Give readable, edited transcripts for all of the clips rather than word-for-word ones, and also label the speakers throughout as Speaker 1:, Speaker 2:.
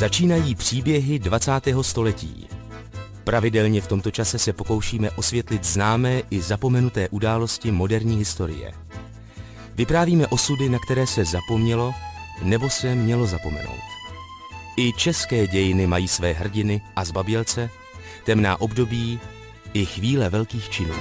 Speaker 1: Začínají příběhy 20. století. Pravidelně v tomto čase se pokoušíme osvětlit známé i zapomenuté události moderní historie. Vyprávíme osudy, na které se zapomnělo nebo se mělo zapomenout. I české dějiny mají své hrdiny a zbabělce, temná období i chvíle velkých činů.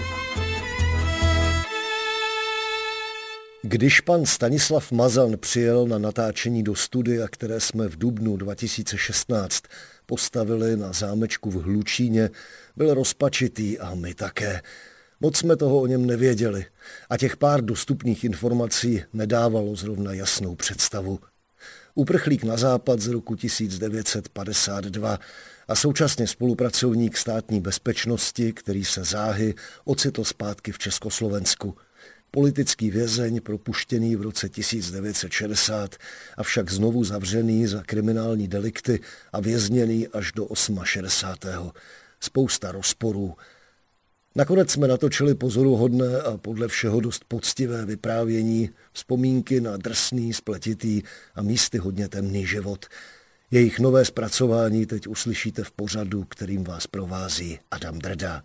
Speaker 2: Když pan Stanislav Mazan přijel na natáčení do studia, které jsme v dubnu 2016 postavili na zámečku v Hlučíně, byl rozpačitý a my také. Moc jsme toho o něm nevěděli a těch pár dostupných informací nedávalo zrovna jasnou představu. Uprchlík na západ z roku 1952 a současně spolupracovník státní bezpečnosti, který se záhy ocitl zpátky v Československu. Politický vězeň propuštěný v roce 1960, avšak znovu zavřený za kriminální delikty a vězněný až do 68. Spousta rozporů. Nakonec jsme natočili pozoruhodné a podle všeho dost poctivé vyprávění, vzpomínky na drsný, spletitý a místy hodně temný život. Jejich nové zpracování teď uslyšíte v pořadu, kterým vás provází Adam Drda.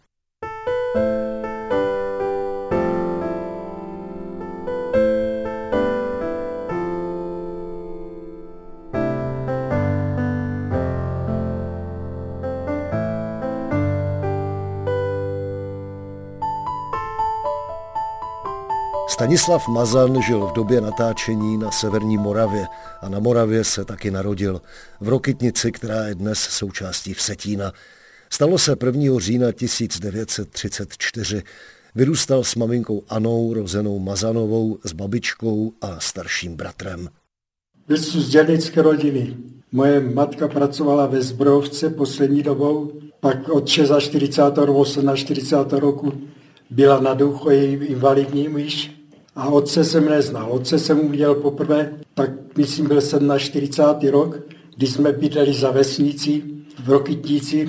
Speaker 2: Stanislav Mazan žil v době natáčení na severní Moravě a na Moravě se taky narodil. V Rokytnici, která je dnes součástí Vsetína. Stalo se 1. října 1934. Vyrůstal s maminkou Anou, rozenou Mazanovou, s babičkou a starším bratrem.
Speaker 3: Byl jsem z dělnické rodiny. Moje matka pracovala ve zbrojovce poslední dobou, pak od 46. nebo 48. roku byla na důchodě invalidním již. A otce jsem neznal. Otce jsem uviděl poprvé, tak myslím byl 47. rok, když jsme bydleli za vesnicí v Rokytnici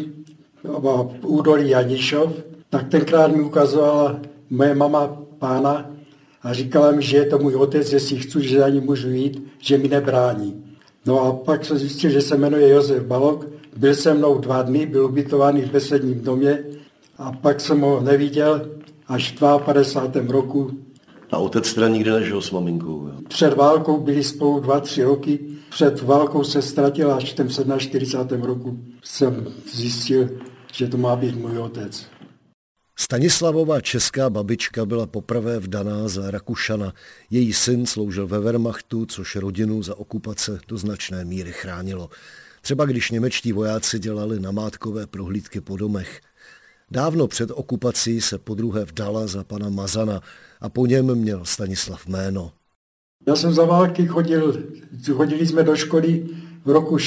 Speaker 3: v údolí Janišov, tak tenkrát mi ukazovala moje mama pána a říkala mi, že je to můj otec, že si chci, že za ní můžu jít, že mi nebrání. No a pak jsem zjistil, že se jmenuje Josef Balok, byl se mnou 2 dny, byl ubytovaný v besedním domě a pak jsem ho neviděl až v 52. roku.
Speaker 2: A otec teda nikdy nežil s maminkou? Jo?
Speaker 3: Před válkou byli spolu 2-3 roky. Před válkou se ztratil až v tom 47. roku. Jsem zjistil, že to má být můj otec.
Speaker 2: Stanislavova česká babička byla poprvé vdaná za Rakušana. Její syn sloužil ve Wehrmachtu, což rodinu za okupace do značné míry chránilo. Třeba když němečtí vojáci dělali namátkové prohlídky po domech. Dávno před okupací se podruhé vdala za pana Mazana a po něm měl Stanislav jméno.
Speaker 3: Já jsem za války chodili jsme do školy v roku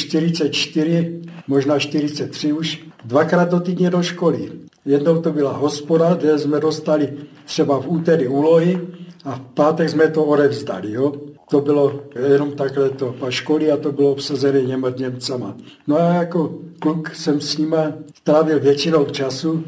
Speaker 3: 44, možná 43 už, 2krát do týdně do školy. Jednou to byla hospoda, kde jsme dostali třeba v úterý úlohy a v pátek jsme to odevzdali. Jo? To bylo jenom takhle to školy a to bylo obsazené Němcama. No a jako kluk jsem s nima strávil většinou času,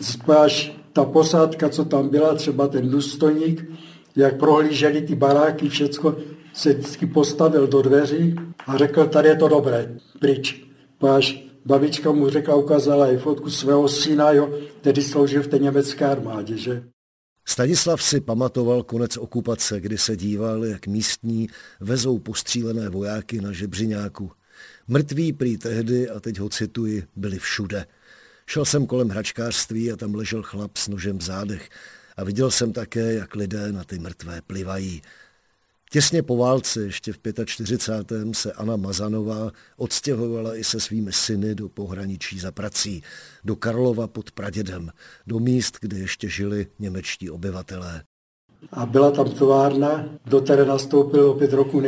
Speaker 3: až ta posádka, co tam byla, třeba ten důstojník, jak prohlíželi ty baráky, všecko, se vždycky postavil do dveří a řekl, tady je to dobré, pryč. Až babička mu řekla, ukázala i fotku svého syna, jo, který sloužil v té německé armádě, že?
Speaker 2: Stanislav si pamatoval konec okupace, kdy se díval, jak místní vezou postřílené vojáky na Žebřiňáku. Mrtví prý tehdy, a teď ho cituji, byli všude. Šel jsem kolem hračkářství a tam ležel chlap s nožem v zádech a viděl jsem také, jak lidé na ty mrtvé plivají. Těsně po válce, ještě v 45. se Anna Mazanová odstěhovala i se svými syny do pohraničí za prací, do Karlova pod Pradědem, do míst, kde ještě žili němečtí obyvatelé.
Speaker 3: A byla tam továrna, do které nastoupil o 5 roků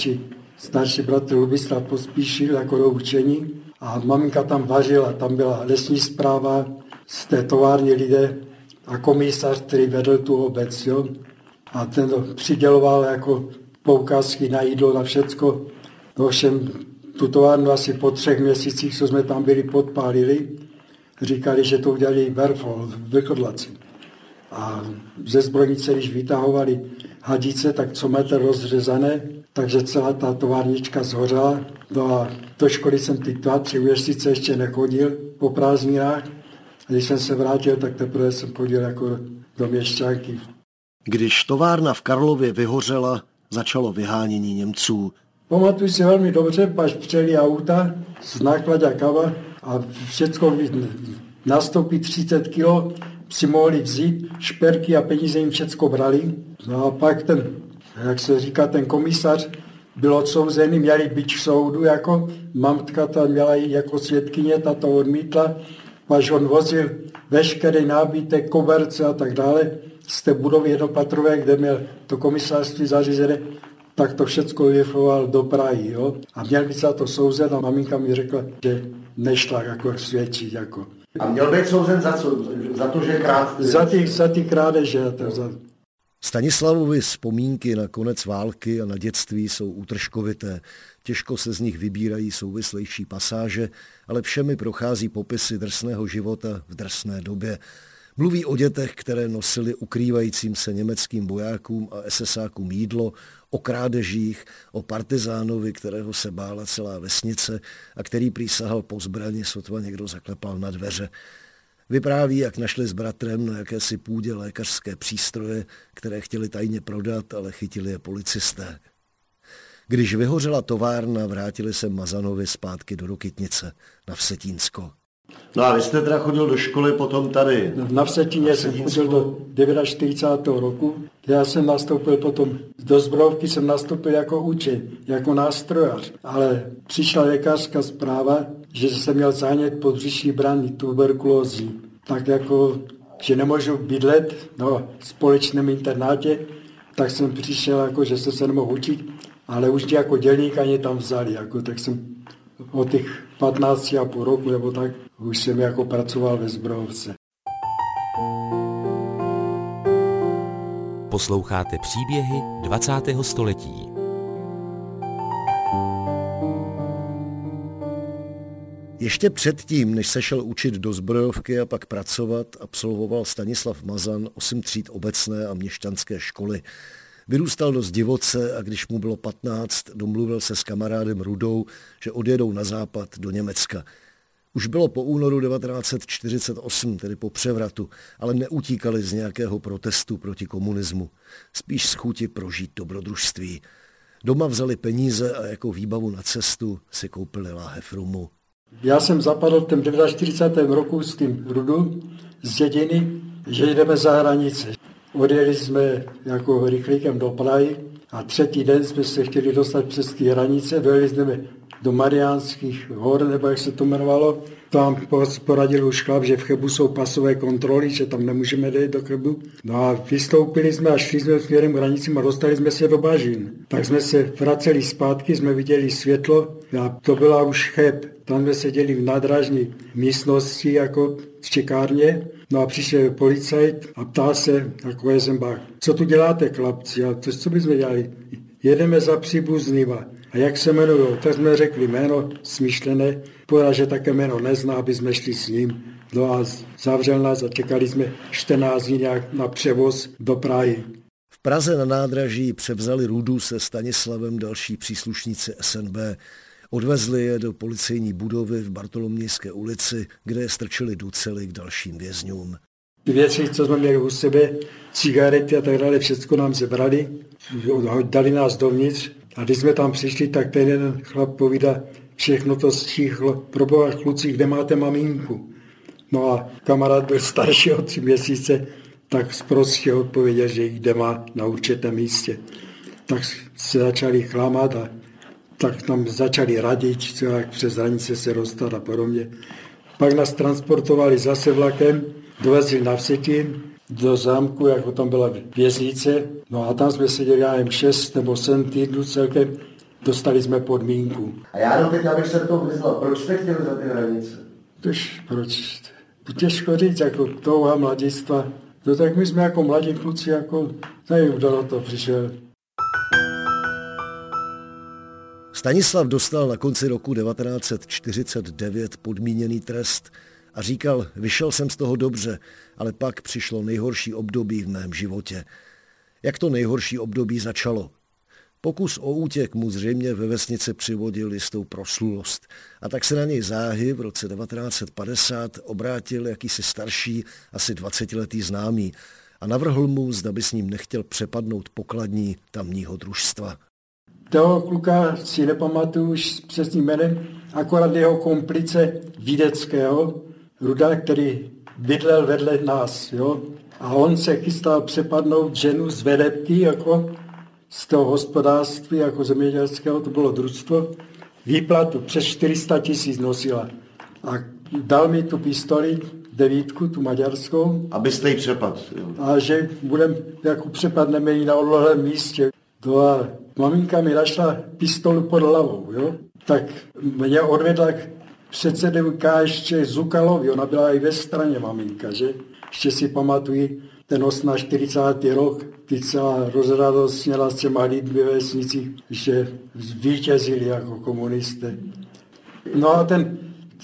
Speaker 3: starší bratr Lubislav Pospíšil jako do učení a maminka tam vařila, tam byla lesní správa, z té továrny lidé a komisař, který vedl tu obec, jo. A ten to přiděloval jako poukázky na jídlo, na všecko. Ovšem tu továrnu asi po 3 měsících, co jsme tam byli, podpálili. Říkali, že to udělali Verfol, Vrchodlaci. A ze zbrojnice, když vytahovali hadice, tak co metr rozřezané, takže celá ta továrnička zhořela. No a do školy jsem ty 2-3 měsíce ještě nechodil po prázdninách. A když jsem se vrátil, tak teprve jsem chodil jako do Měšťanky.
Speaker 2: Když továrna v Karlově vyhořela, začalo vyhánění Němců.
Speaker 3: Pamatuju si velmi dobře, až přijeli auta z náklaďakava a všechno nastoupí 30 kilo, si mohli vzít, šperky a peníze jim všecko brali. No a pak ten, jak se říká, ten komisař byl odsouzený, měli být v soudu, jako mamtka ta měla jít jako svědkyně, ta to odmítla, až on vozil veškerý nábytek, koberce a tak dále z té budovy jednopatrové, kde měl to komisářství zařízené, tak to všecko vyfoval do Prahy. Jo? A měl být za to souzen a maminka mi řekla, že nešla jako svědčit. Jako.
Speaker 4: A měl být souzen za co? Za to, že krát?
Speaker 3: Za ty krádeže.
Speaker 2: Stanislavovi vzpomínky na konec války a na dětství jsou útržkovité. Těžko se z nich vybírají souvislejší pasáže, ale všemi prochází popisy drsného života v drsné době. Mluví o dětech, které nosili ukrývajícím se německým vojákům a SSákům jídlo, o krádežích, o partizánovi, kterého se bála celá vesnice a který prý sahal po zbrani, sotva někdo zaklepal na dveře. Vypráví, jak našli s bratrem na jakési půdě lékařské přístroje, které chtěli tajně prodat, ale chytili je policisté. Když vyhořela továrna, vrátili se Mazanovi zpátky do Rokytnice, na Vsetínsko.
Speaker 4: No a vy jste teda chodil do školy potom tady?
Speaker 3: Na Vsetíně jsem chodil do 49. roku. Já jsem nastoupil potom, do zbrojovky jsem nastoupil jako učeň, jako nástrojař. Ale přišla lékařská zpráva, že jsem měl zánět podbřišní brány tuberkulózy. Tak jako, že nemůžu bydlet v společném internátě, tak jsem přišel, jako, že se nemohu učit, ale už jako dělník ani tam vzali. Jako, tak jsem od těch 15,5 roku nebo tak už jsem jako pracoval ve zbrojovce.
Speaker 1: Posloucháte příběhy 20. století.
Speaker 2: Ještě předtím, než se šel učit do zbrojovky a pak pracovat, absolvoval Stanislav Mazan 8 tříd obecné a měšťanské školy. Vyrůstal dost divoce a když mu bylo 15, domluvil se s kamarádem Rudou, že odjedou na západ do Německa. Už bylo po únoru 1948, tedy po převratu, ale neutíkali z nějakého protestu proti komunismu. Spíš z chuti prožít dobrodružství. Doma vzali peníze a jako výbavu na cestu si koupili láhev rumu.
Speaker 3: Já jsem zapadl v tom 49. roku s tím Rudu z dědiny, že jdeme za hranice. Odjeli jsme jako rychlíkem do Prahy a třetí den jsme se chtěli dostat přes ty hranice, dojeli jsme do Mariánských hor, nebo jak se to jmenovalo. Tam poradil už chlap, že v Chebu jsou pasové kontroly, že tam nemůžeme jít do Chebu. No a vystoupili jsme a šli jsme směrem k hranicím a dostali jsme se do Bažin. Tak jsme se vraceli zpátky, jsme viděli světlo a to byla už Cheb. Tam jsme seděli v nádražní místnosti jako v čekárně. No a přišel policajt a ptá se jako Jezembach, co tu děláte, chlapci? A to, co bychom dělali? Jedeme za příbuznýma. A jak se jmenujou? Tak jsme řekli jméno smyšlené, povedal, že také jméno nezná, aby jsme šli s ním. No a zavřel nás a čekali jsme 14 dní nějak na převoz do Prahy.
Speaker 2: V Praze na nádraží převzali Rudu se Stanislavem další příslušníci SNB. Odvezli je do policejní budovy v Bartolomějské ulici, kde je strčili do cely k dalším vězňům.
Speaker 3: Ty věci, co jsme měli u sebe, cigarety a tak dále, všechno nám zebrali, dali nás dovnitř a když jsme tam přišli, tak ten jeden chlap povídá, všechno to zčíchlo, proboha kluci, kde máte maminku? No a kamarád byl starší o 3 měsíce, tak zprostě odpověděl, že jde má na určitém místě. Tak se začali chlamat a tak tam začali radit, co jak přes hranice se dostat a podobně. Pak nás transportovali zase vlakem, dovezli na Vsetín do zámku, jako tam byla věznice. No a tam jsme seděli, já nevím, 6 nebo 7 týdnů celkem, dostali jsme podmínku.
Speaker 4: A já doteď, abych se to vyznal, proč jste chtěli za ty hranice?
Speaker 3: Proč? Těžko říct, jako touha mladictva. No tak my jsme jako mladí kluci, jako nevím, kdo na to přišel.
Speaker 2: Stanislav dostal na konci roku 1949 podmíněný trest A říkal, vyšel jsem z toho dobře, ale pak přišlo nejhorší období v mém životě. Jak to nejhorší období začalo? Pokus o útěk mu zřejmě ve vesnici přivodil jistou proslulost a tak se na něj záhy v roce 1950 obrátil jakýsi starší, asi 20letý známý a navrhl mu, zda by s ním nechtěl přepadnout pokladní tamního družstva.
Speaker 3: Toho kluka si nepamatuju už s přesným jménem, akorát jeho komplice Vídeckého, Ruda, který bydlel vedle nás. Jo? A on se chystal přepadnout ženu z Vedebky, jako z toho hospodářství, jako zemědělského, to bylo družstvo. Výplatu přes 400 000 nosila. A dal mi tu pistoli, 9, tu maďarskou.
Speaker 4: Abyste ji přepadl.
Speaker 3: A že jako přepadneme ji na odlehlém místě. No a maminka mi našla pistolu pod hlavou, jo. Tak mě odvedla k předsedovi KSČ Zukalovi, ona byla i ve straně maminka, že? Ještě si pamatuji ten 48. rok, kdy celá rozradost měla s těma lidmi ve vesnici, že vítězili jako komunisté. No a ten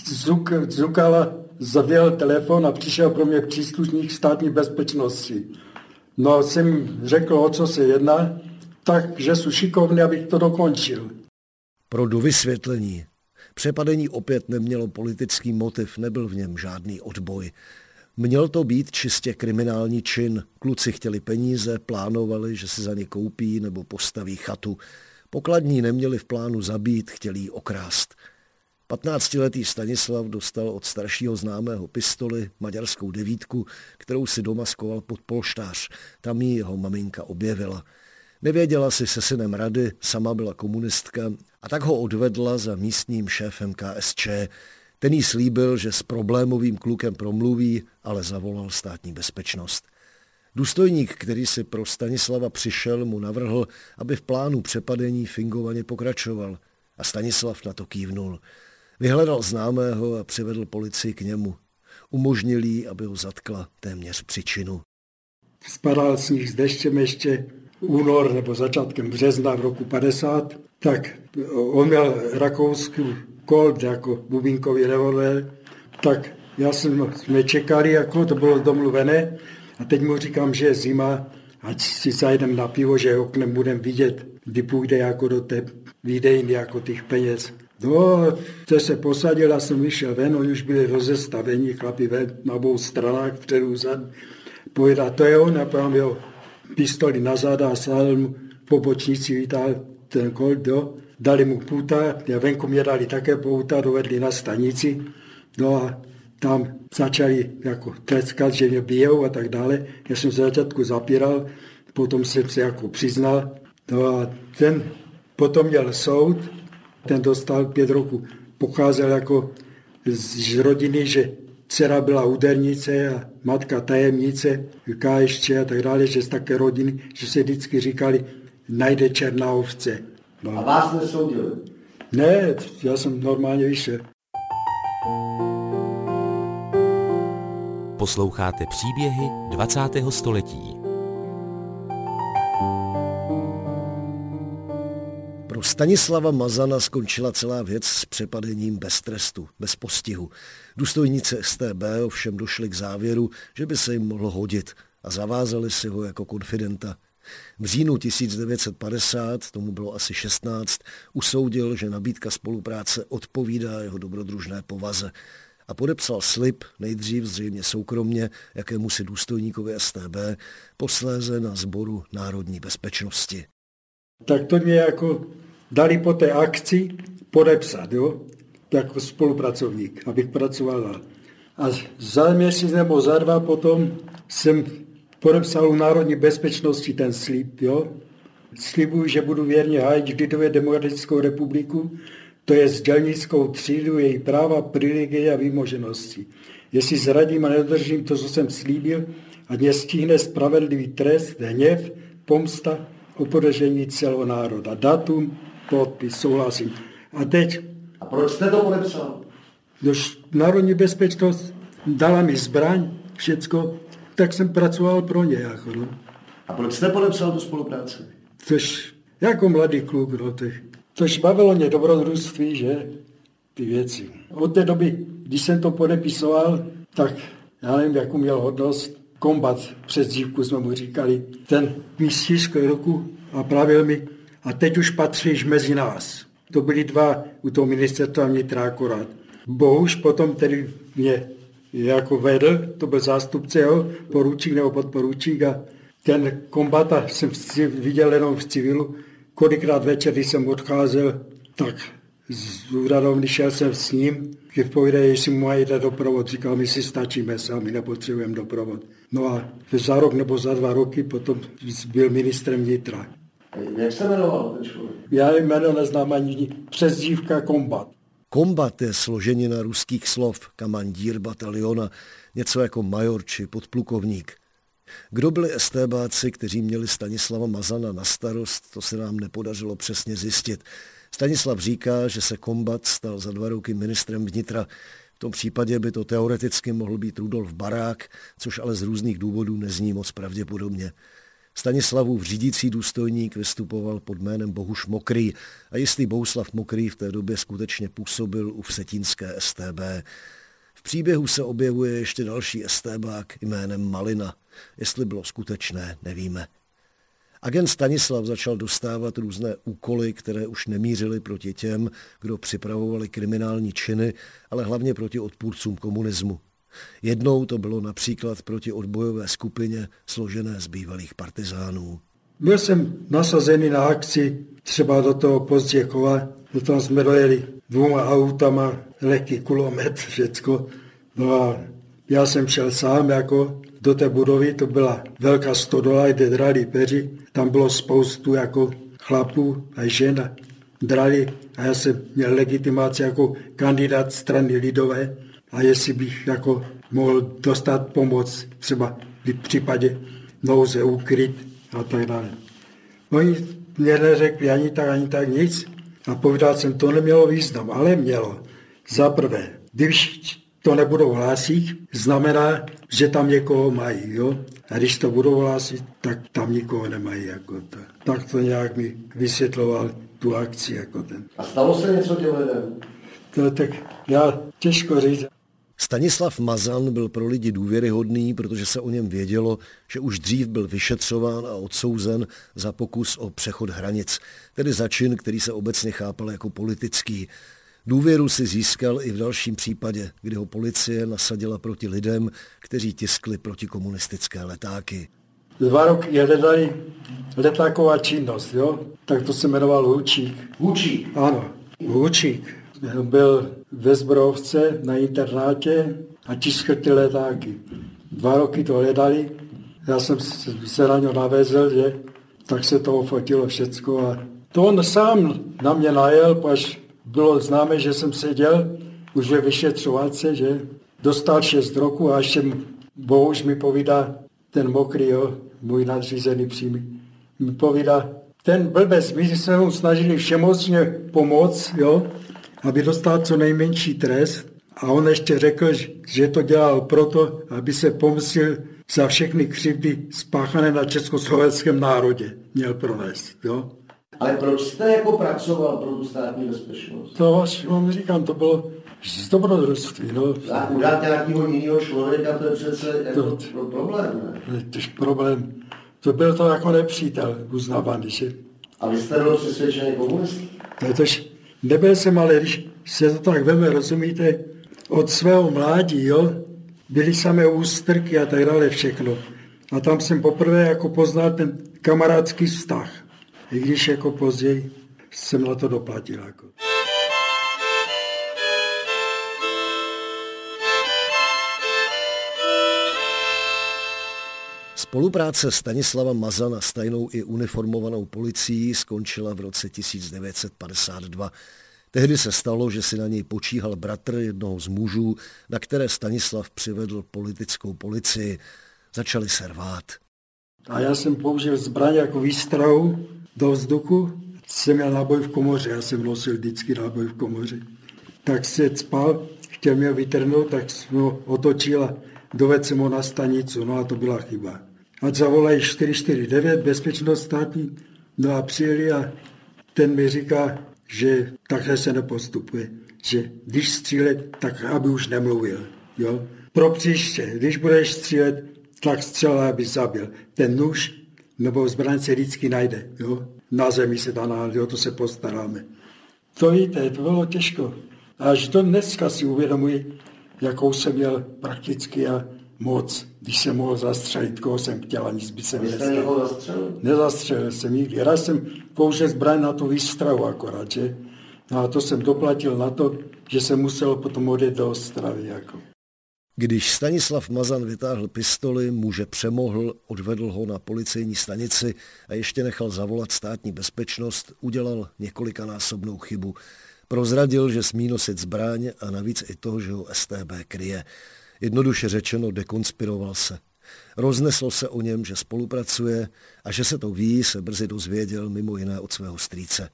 Speaker 3: Zukala zavěl telefon a přišel pro mě příslušník státní bezpečnosti. No jsem řekl, o co se jedná, takže jsou šikovný, abych to dokončil.
Speaker 2: Pro dovysvětlení. Přepadení opět nemělo politický motiv, nebyl v něm žádný odboj. Měl to být čistě kriminální čin. Kluci chtěli peníze, plánovali, že si za ně koupí nebo postaví chatu. Pokladní neměli v plánu zabít, chtěli ji okrást. 15letý Stanislav dostal od staršího známého pistoli, maďarskou 9, kterou si doma skoval pod polštář. Tam ji jeho maminka objevila. Nevěděla si se synem rady, sama byla komunistka a tak ho odvedla za místním šéfem KSČ. Ten jí slíbil, že s problémovým klukem promluví, ale zavolal státní bezpečnost. Důstojník, který si pro Stanislava přišel, mu navrhl, aby v plánu přepadení fingovaně pokračoval. A Stanislav na to kývnul. Vyhledal známého a přivedl policii k němu. Umožnil jí, aby ho zatkla téměř při činu.
Speaker 3: Spadal sníh s deštěm ještě únor nebo začátkem března v roku 50, tak on měl rakouskou Colt jako bubínkový revolver, tak jsme čekali, jako to bylo domluvené a teď mu říkám, že je zima, ať si zajdem na pivo, že oknem budem vidět, kdy půjde jako do té výdejny jako těch peněz. No, to se posadil, já jsem vyšel ven, oni už byli rozestaveni, chlapi ven na obou stranách, vpředu zad. Povedá, to je on, a pojďme jeho pistoli na záda a sáhl mu po bočnici, vytáhl ten Colt, jo. Dali mu puta, a venku mě dali také pouta, dovedli na stanici, no a tam začali jako tleckat, že mě bijou a tak dále. Já jsem se začátku zapíral, potom jsem se jako přiznal, no a ten potom měl soud, ten dostal 5 roků, pocházel jako z rodiny, že dcera byla údernice a matka tajemnice, KSČ a tak dále, že z také rodiny, že se vždycky říkali, najde černá ovce.
Speaker 4: No. A vás nesoudili?
Speaker 3: Ne, já jsem normálně vyšel.
Speaker 1: Posloucháte příběhy 20. století.
Speaker 2: Pro Stanislava Mazana skončila celá věc s přepadením bez trestu, bez postihu. Důstojníci StB ovšem došli k závěru, že by se jim mohlo hodit a zavázali si ho jako konfidenta. V říjnu 1950, tomu bylo asi 16, usoudil, že nabídka spolupráce odpovídá jeho dobrodružné povaze a podepsal slib, nejdřív zřejmě soukromně, jakému si důstojníkovi StB, posléze na Sboru národní bezpečnosti.
Speaker 3: Tak to mě jako dali po té akci podepsat, jo, jako spolupracovník, abych pracoval dál. A za měsíc nebo za 2 potom jsem podepsal u národní bezpečnosti ten slib, jo. Slibuji, že budu věrně hájit Lidově demokratickou republiku, to je dělnickou třídu, její práva, privilegie a výmoženosti. Jestli zradím a nedodržím to, co jsem slíbil, ať mě stihne spravedlivý trest, hněv, pomsta, opodržení celého národa. Datum, podpis, souhlasím. A teď...
Speaker 4: A proč jste to podepsal?
Speaker 3: Národní bezpečnost dala mi zbraň, všecko, tak jsem pracoval pro ně. Jako, no.
Speaker 4: A proč jste podepsal tu spolupráci?
Speaker 3: Tož jako mladý kluk, no, tož bavilo mě dobrodružství, že? ty věci. Od té doby, když jsem to podepisoval, tak já nevím, jakou měl hodnost. Kombat, přes dívku jsme mu říkali, ten mi stiskl ruku a pravil mi, a teď už patříš mezi nás. To byli dva u toho ministerstva vnitra akorát. Bohuž potom tedy mě jako vedl, to byl zástupce, jo, poručík nebo podporučík a ten kombata jsem viděl jenom v civilu. Kolikrát večer, když jsem odcházel, tak z úradovny šel jsem s ním, když povede, jestli mu mají jít doprovod. Říkal, my si stačíme sami, nepotřebujeme doprovod. No a za rok nebo za 2 roky potom byl ministrem vnitra.
Speaker 4: Jak se jmenoval ten člověk?
Speaker 3: Já jméno neznám ani přezdívka Kombat.
Speaker 2: Kombat je složenina ruských slov, kamandír bataliona, něco jako major či podplukovník. Kdo byli STBáci, kteří měli Stanislava Mazana na starost, to se nám nepodařilo přesně zjistit. Stanislav říká, že se Kombat stal za 2 roky ministrem vnitra. V tom případě by to teoreticky mohl být Rudolf Barák, což ale z různých důvodů nezní moc pravděpodobně. Stanislavův řídící důstojník vystupoval pod jménem Bohuš Mokrý a jistý Bohuslav Mokrý v té době skutečně působil u vsetínské STB. V příběhu se objevuje ještě další STBák jménem Malina. Jestli bylo skutečné, nevíme. Agent Stanislav začal dostávat různé úkoly, které už nemířily proti těm, kdo připravovali kriminální činy, ale hlavně proti odpůrcům komunismu. Jednou to bylo například proti odbojové skupině složené z bývalých partizánů.
Speaker 3: Byl jsem nasazený na akci třeba do toho Pozděchova, tam jsme dojeli 2 autama, lehký kulomet, všecko. No a já jsem šel sám jako do té budovy, to byla velká stodola, kde drali peři, tam bylo spoustu jako chlapů a žen drali a já jsem měl legitimaci jako kandidát strany lidové a jestli bych jako mohl dostat pomoc, třeba v případě nouze ukryt a tak dále. Oni mě neřekli ani tak nic a povedal jsem, to nemělo význam, ale mělo. Za prvé, když to nebudou hlásit, znamená, že tam někoho mají, jo? A když to budou hlásit, tak tam nikoho nemají. Jako to. Tak to nějak mi vysvětloval tu akci. Jako ten.
Speaker 4: A stalo se něco těm lidem?
Speaker 3: To tak já těžko říct.
Speaker 2: Stanislav Mazan byl pro lidi důvěryhodný, protože se o něm vědělo, že už dřív byl vyšetřován a odsouzen za pokus o přechod hranic, tedy za čin, který se obecně chápal jako politický. Důvěru si získal i v dalším případě, kdy ho policie nasadila proti lidem, kteří tiskli protikomunistické letáky.
Speaker 3: 2 roky je hledali letáková činnost, jo? Tak to se jmenoval Hůčík.
Speaker 4: Hůčík?
Speaker 3: Ano, Hůčík. Byl ve Zbrojovce na internátě a tiskl ty letáky. 2 roky to hledali, já jsem se na něj navezl, že? Tak se toho fotilo všecko a to on sám na mě najel, až bylo známé, že jsem seděl už ve vyšetřovace, že dostal 6 roků a ještě Bohuž mi povídá, ten Mokrý, jo, můj nadřízený přímý, mi povídá, ten blbec, my jsme mu snažili všemocně pomoct, jo, aby dostal co nejmenší trest a on ještě řekl, že to dělal proto, aby se pomstil za všechny křivdy spáchané na československém národě, měl pronést, jo.
Speaker 4: Ale proč jste jako pracoval pro tu státní bezpečnost?
Speaker 3: To vám říkám, to bylo z dobrodružství. No.
Speaker 4: A udát nějakého jiného člověka, to je přece jako problém, ne?
Speaker 3: To je problém. To byl to jako nepřítel uznávaný. Že?
Speaker 4: A vy jste byl přesvědčený komunist?
Speaker 3: Nebyl jsem, ale když se to tak veme, rozumíte, od svého mládí, jo, byly samé ústrky a tak dále všechno. A tam jsem poprvé jako poznal ten kamarádský vztah. I když jako později jsem na to doplatil. Jako.
Speaker 2: Spolupráce Stanislava Mazana s tajnou i uniformovanou policií skončila v roce 1952. Tehdy se stalo, že si na něj počíhal bratr jednoho z mužů, na které Stanislav přivedl politickou policii. Začali se rvát.
Speaker 3: A já jsem použil zbraň jako výstrahu do vzduchu. Jsem měl náboj v komoře, já jsem nosil vždycky náboj v komoře. Tak se spal, chtěl mě vytrhnout, tak jsem ho otočil a dovedl jsem ho na stanicu, no a to byla chyba. Ať zavolají 449, bezpečnost státní, no a přijeli a ten mi říká, že takhle se nepostupuje. že když střílet, tak aby už nemluvil. Jo? Pro příště, když budeš střílet, tak střela, aby zabil. Ten nůž nebo zbraň se vždycky najde. Jo? Na zemi se dá najít, to se postaráme. To víte, to bylo těžko. Až do dneska si uvědomuji, jakou jsem měl prakticky a moc, když jsem mohl zastřelit, koho jsem chtěl, nic by se mi nestalo. Nezastřelil jsem nikdy. Raz jsem použil zbraň na tu výstrahu akorát, že? No a to jsem doplatil na to, že jsem musel potom odjet do Ostravy. Jako.
Speaker 2: Když Stanislav Mazan vytáhl pistoli, muže přemohl, odvedl ho na policejní stanici a ještě nechal zavolat státní bezpečnost, udělal několikanásobnou chybu. Prozradil, že smí nosit zbraň a navíc i to, že ho StB kryje. Jednoduše řečeno, dekonspiroval se. Rozneslo se o něm, že spolupracuje a že se to ví, se brzy dozvěděl mimo jiné od svého strýce.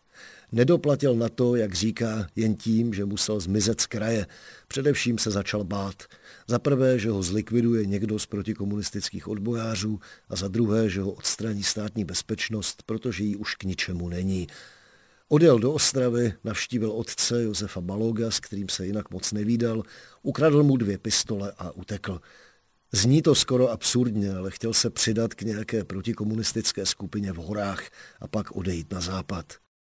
Speaker 2: Nedoplatil na to, jak říká, jen tím, že musel zmizet z kraje. Především se začal bát. Za prvé, že ho zlikviduje někdo z protikomunistických odbojářů a za druhé, že ho odstraní státní bezpečnost, protože jí už k ničemu není. Odjel do Ostravy, navštívil otce Josefa Baloga, s kterým se jinak moc nevídal, ukradl mu 2 pistole a utekl. Zní to skoro absurdně, ale chtěl se přidat k nějaké protikomunistické skupině v horách a pak odejít na západ.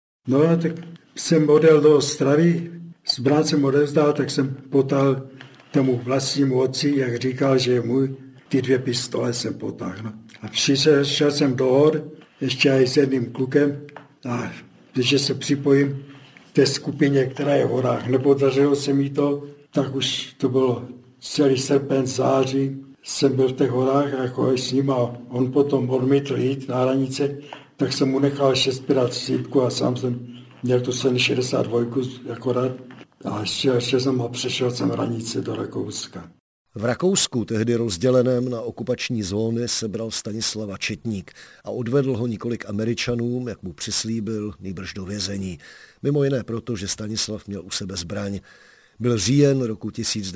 Speaker 3: No tak jsem odjel do Ostravy, zbraň jsem odevzdal, tak jsem potáhl tomu vlastnímu otci, jak říkal, že je můj, ty 2 pistole jsem potáhl. No. A šel jsem do hor, ještě i s jedním klukem, a když se připojím k té skupině, která je v horách. Nepodařilo se mi to, tak už to bylo celý srpen, září, jsem byl v těch horách jako s ním a on potom odmítl jít na hranice, tak jsem mu nechal 6,35 a sám jsem měl tu 62 akorát a šel jsem a přešel jsem hranice do Rakouska.
Speaker 2: V Rakousku, tehdy rozděleném na okupační zóny, sebral Stanislava četník a odvedl ho několik Američanům, jak mu přislíbil, nýbrž do vězení. Mimo jiné proto, že Stanislav měl u sebe zbraň. Byl říjen roku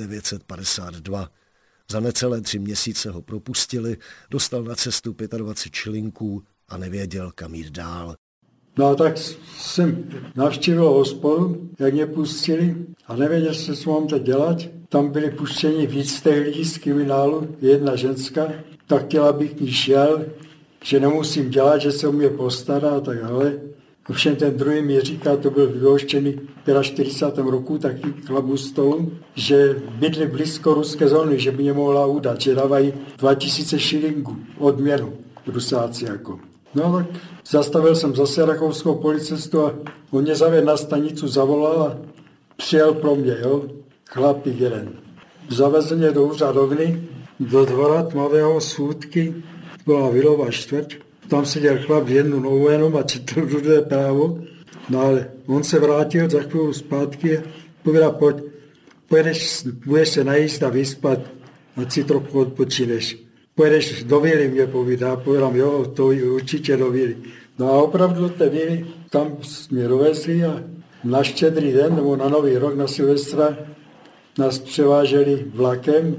Speaker 2: 1952. Za necelé 3 měsíce ho propustili, dostal na cestu 25 šilinků a nevěděl, kam jít dál.
Speaker 3: No tak jsem navštívil hospodu, jak mě pustili a nevěděl jsem, co mám teď dělat. Tam byli puštěni víc těch lidí z kriminálu, jedna ženská, tak chtěla, abych k ní šel, že nemusím dělat, že se o mě postará a tak dále. Ovšem ten druhý mi říká, to byl vyhoštěný v 45. roku, taky chlap u stolu, že bydli blízko ruské zóny, že by mě mohla udat, že dávají 2000 šilingů odměnu Rusáci jako. No tak zastavil jsem zase rakouskou policistu a on mě zavedl na stanicu, zavolal a přijel pro mě, jo, chlapík jeden. Zavezl mě do úřadovny, do dvora tmavého Svůdky, byla Vilová čtvrť. Tam seděl chlap jednu nohu jenom a četl Rudé právo. No ale on se vrátil za chvíli zpátky a pověděl, pojď, budeš se najíst a vyspat, ať si trochu odpočineš. Pojedeš do Vily, mě povídá, povídám, jo, to určitě do Vily. No a opravdu do té Vily, tam mě dovezli a na Štědrý den, nebo na Nový rok, na Silvestra, nás převáželi vlakem.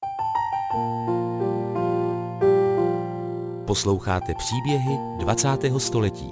Speaker 1: Posloucháte příběhy 20. století.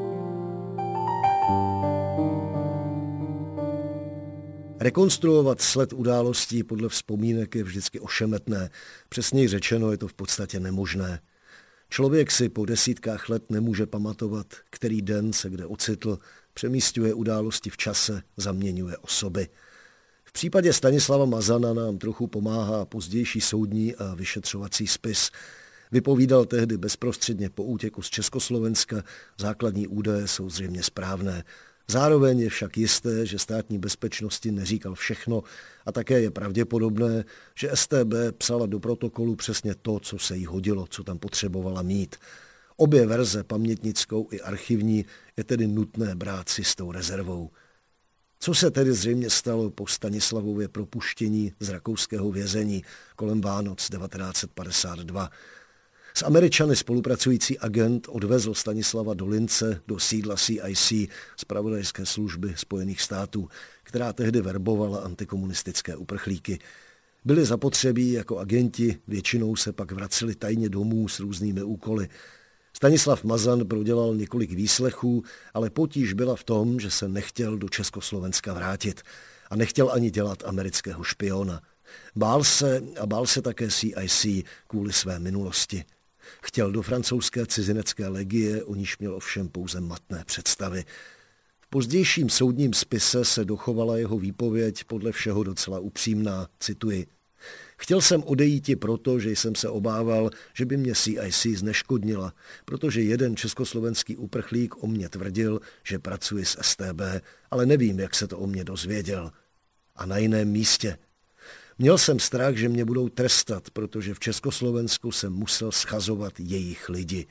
Speaker 2: Rekonstruovat sled událostí podle vzpomínek je vždycky ošemetné. Přesněji řečeno je to v podstatě nemožné. Člověk si po desítkách let nemůže pamatovat, který den se kde ocitl, přemísťuje události v čase, zaměňuje osoby. V případě Stanislava Mazana nám trochu pomáhá pozdější soudní a vyšetřovací spis. Vypovídal tehdy bezprostředně po útěku z Československa, základní údaje jsou zřejmě správné. Zároveň je však jisté, že státní bezpečnosti neříkal všechno a také je pravděpodobné, že StB psala do protokolu přesně to, co se jí hodilo, co tam potřebovala mít. Obě verze, pamětnickou i archivní, je tedy nutné brát si s tou rezervou. Co se tedy zřejmě stalo po Stanislavově propuštění z rakouského vězení kolem Vánoc 1952? S Američany spolupracující agent odvezl Stanislava do Lince, do sídla CIC, zpravodajské služby Spojených států, která tehdy verbovala antikomunistické uprchlíky. Byli zapotřebí jako agenti, většinou se pak vraceli tajně domů s různými úkoly. Stanislav Mazan prodělal několik výslechů, ale potíž byla v tom, že se nechtěl do Československa vrátit a nechtěl ani dělat amerického špiona. Bál se také CIC kvůli své minulosti. Chtěl do francouzské cizinecké legie, o níž měl ovšem pouze matné představy. V pozdějším soudním spise se dochovala jeho výpověď podle všeho docela upřímná, cituji. Chtěl jsem odejít i proto, že jsem se obával, že by mě CIC zneškodnila, protože jeden československý uprchlík o mě tvrdil, že pracuji s STB, ale nevím, jak se to o mě dozvěděl. A na jiném místě. Měl jsem strach, že mě budou trestat, protože v Československu jsem musel schazovat jejich lidi.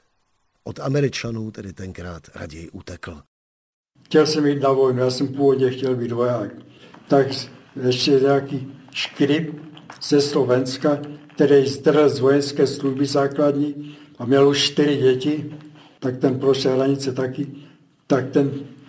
Speaker 2: Od Američanů tedy tenkrát raději utekl.
Speaker 3: Chtěl jsem jít na vojnu, já jsem původně chtěl být voják. Tak ještě nějaký škrip ze Slovenska, který zdrhl z vojenské služby základní a měl už 4 děti, tak ten prošel hranice taky, tak ten,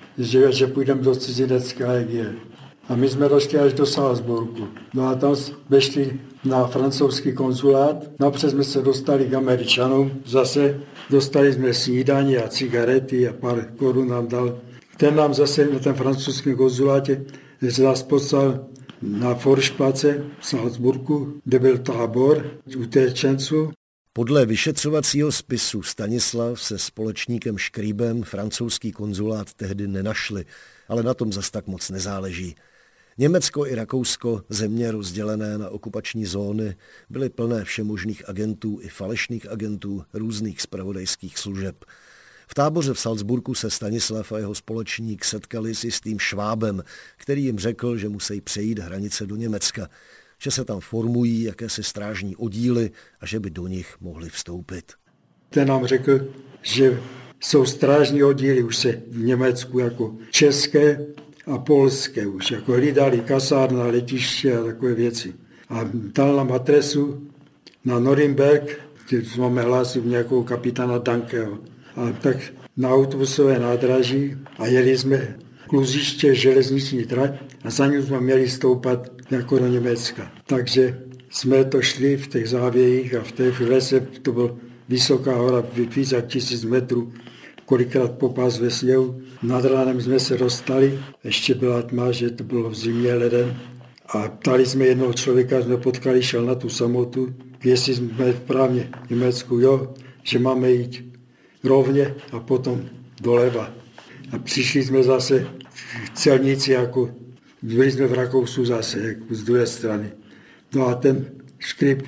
Speaker 3: že půjdeme do cizinecké legie. A my jsme došli až do Salzburgu. No a tam jsme šli na francouzský konzulát. Napřed jsme se dostali k Američanům. Zase dostali jsme snídaní a cigarety a pár korun nám dal. Ten nám zase na ten francouzském konzulátě nás poslal na Foršplace v Salzburgu, kde byl tábor utečenců.
Speaker 2: Podle vyšetřovacího spisu Stanislav se společníkem Škrýbem francouzský konzulát tehdy nenašli, ale na tom zas tak moc nezáleží. Německo i Rakousko, země rozdělené na okupační zóny, byly plné všemožných agentů i falešných agentů různých zpravodajských služeb. V táboře v Salzburgu se Stanislav a jeho společník setkali s jistým Švábem, který jim řekl, že musí přejít hranice do Německa, že se tam formují jakési strážní oddíly a že by do nich mohli vstoupit.
Speaker 3: Ten nám řekl, že jsou strážní oddíly už se v Německu jako české a polské už, jako hlídali kasárna, letiště a takové věci. A dal nám adresu na Norimberg, kde máme hlásit nějakou kapitána Dankeho. A tak na autobusové nádraží a jeli jsme kluziště železniční trať a za ní jsme měli stoupat jako do Německa. Takže jsme to šli v těch závějích a v té lese, to byl vysoká hora, víc jak 1000 metrů, kolikrát popás ve sněhu. Nad ránem jsme se dostali, ještě byla tma, že to bylo v zimě leden. A ptali jsme jednoho člověka, jsme potkali, šel na tu samotu, jestli jsme právě v Německu, jo, že máme jít rovně a potom doleva. A přišli jsme zase v celnici, jako byli jsme v Rakousku zase, jako z druhé strany. No a ten Škrip,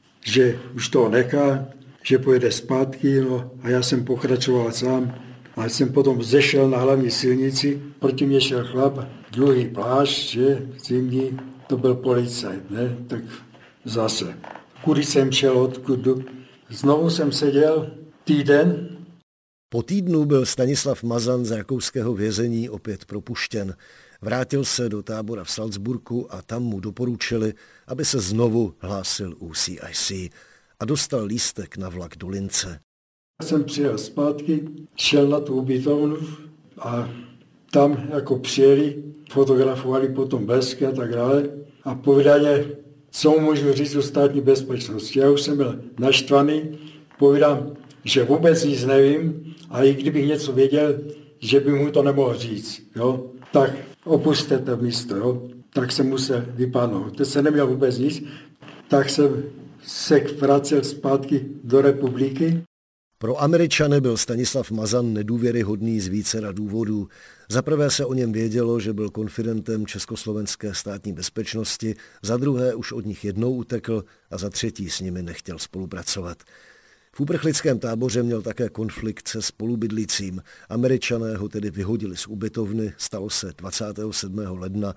Speaker 3: že už toho nechá, že pojede zpátky, no a já jsem pokračoval sám. A jsem potom zešel na hlavní silnici, proti mě šel chlap, dlouhý plášť, že zimní, to byl policajt, ne, tak zase. Kudy jsem šel, odkud. Znovu jsem seděl týden.
Speaker 2: Po týdnu byl Stanislav Mazan z rakouského vězení opět propuštěn. Vrátil se do tábora v Salzburgu a tam mu doporučili, aby se znovu hlásil u CIC a dostal lístek na vlak do Lince.
Speaker 3: Jsem přijel zpátky, šel na tu ubytovnu a tam jako přijeli, fotografovali potom blesky a tak dále a povídali, co můžu říct o státní bezpečnosti. Já už jsem byl naštvaný, povídám, že vůbec nic nevím a i kdybych něco věděl, že bych mu to nemohl říct. Jo? Tak opuste to místo. Jo? Tak jsem musel vypadnout. Teď jsem neměl vůbec nic, tak jsem se vracel zpátky do republiky.
Speaker 2: Pro Američany byl Stanislav Mazan nedůvěryhodný z vícera důvodů. Za prvé se o něm vědělo, že byl konfidentem československé státní bezpečnosti, za druhé už od nich jednou utekl a za třetí s nimi nechtěl spolupracovat. V uprchlickém táboře měl také konflikt se spolubydlícím. Američané ho tedy vyhodili z ubytovny, stalo se 27. ledna